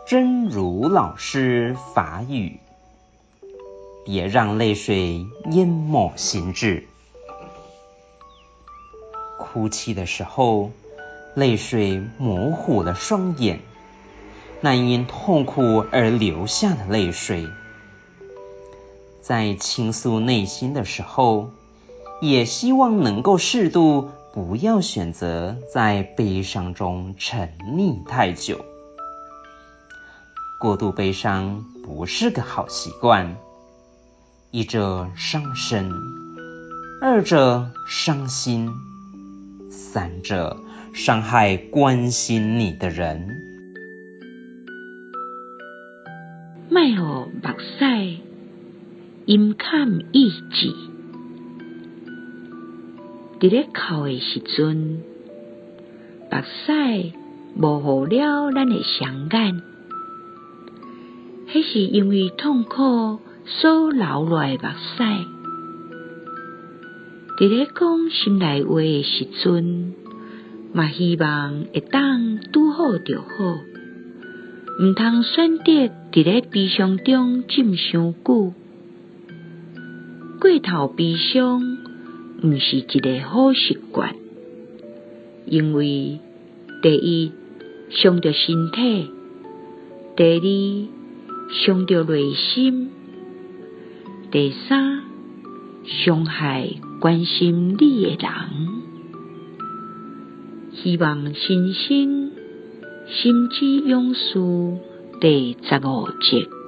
真如老师法语，别让泪水淹没心智。哭泣的时候，泪水模糊了双眼，那因痛苦而流下的泪水。在倾诉内心的时候，也希望能够适度，不要选择在悲伤中沉溺太久。过度悲伤不是个好习惯，一者伤身，二者伤心，三者伤害关心你的人。 莫予目屎淹坎意志。伫咧哭的时阵，目屎模糊了咱的双眼，迄是因为痛苦所流落的目屎。伫咧讲心内话的时阵，嘛希望会当拄好就好，毋通选择伫咧悲伤中浸伤久。过头悲伤毋是一个好习惯，因为第一伤着身体，第二伤着内心，第三伤害关心你的人。希望新生心之勇士第15集。